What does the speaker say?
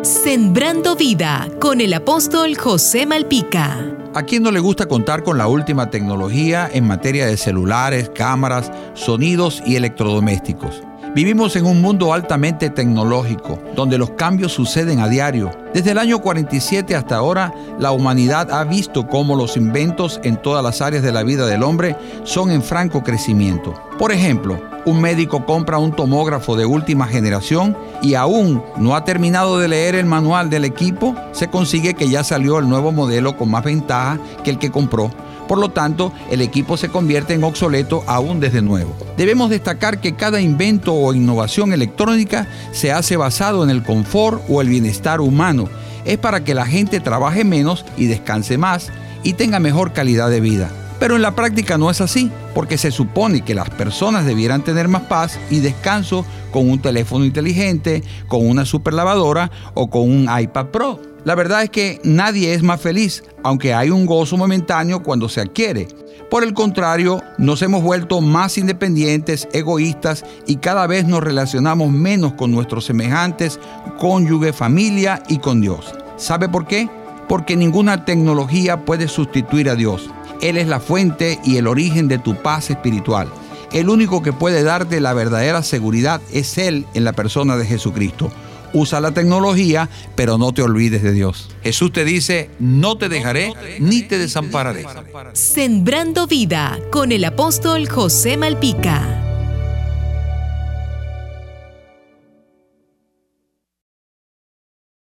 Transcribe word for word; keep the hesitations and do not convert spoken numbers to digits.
Sembrando vida con el apóstol José Malpica. ¿A quién no le gusta contar con la última tecnología en materia de celulares, cámaras, sonidos y electrodomésticos? Vivimos en un mundo altamente tecnológico, donde los cambios suceden a diario. Desde el año cuarenta y siete hasta ahora, la humanidad ha visto cómo los inventos en todas las áreas de la vida del hombre son en franco crecimiento. Por ejemplo, un médico compra un tomógrafo de última generación y aún no ha terminado de leer el manual del equipo, se consigue que ya salió el nuevo modelo con más ventaja que el que compró. Por lo tanto, el equipo se convierte en obsoleto aún desde nuevo. Debemos destacar que cada invento o innovación electrónica se hace basado en el confort o el bienestar humano. Es para que la gente trabaje menos y descanse más y tenga mejor calidad de vida. Pero en la práctica no es así, porque se supone que las personas debieran tener más paz y descanso con un teléfono inteligente, con una superlavadora o con un iPad Pro. La verdad es que nadie es más feliz, aunque hay un gozo momentáneo cuando se adquiere. Por el contrario, nos hemos vuelto más independientes, egoístas y cada vez nos relacionamos menos con nuestros semejantes, cónyuge, familia y con Dios. ¿Sabe por qué? Porque ninguna tecnología puede sustituir a Dios. Él es la fuente y el origen de tu paz espiritual. El único que puede darte la verdadera seguridad es Él en la persona de Jesucristo. Usa la tecnología, pero no te olvides de Dios. Jesús te dice, no te dejaré ni te desampararé. Sembrando vida con el apóstol José Malpica.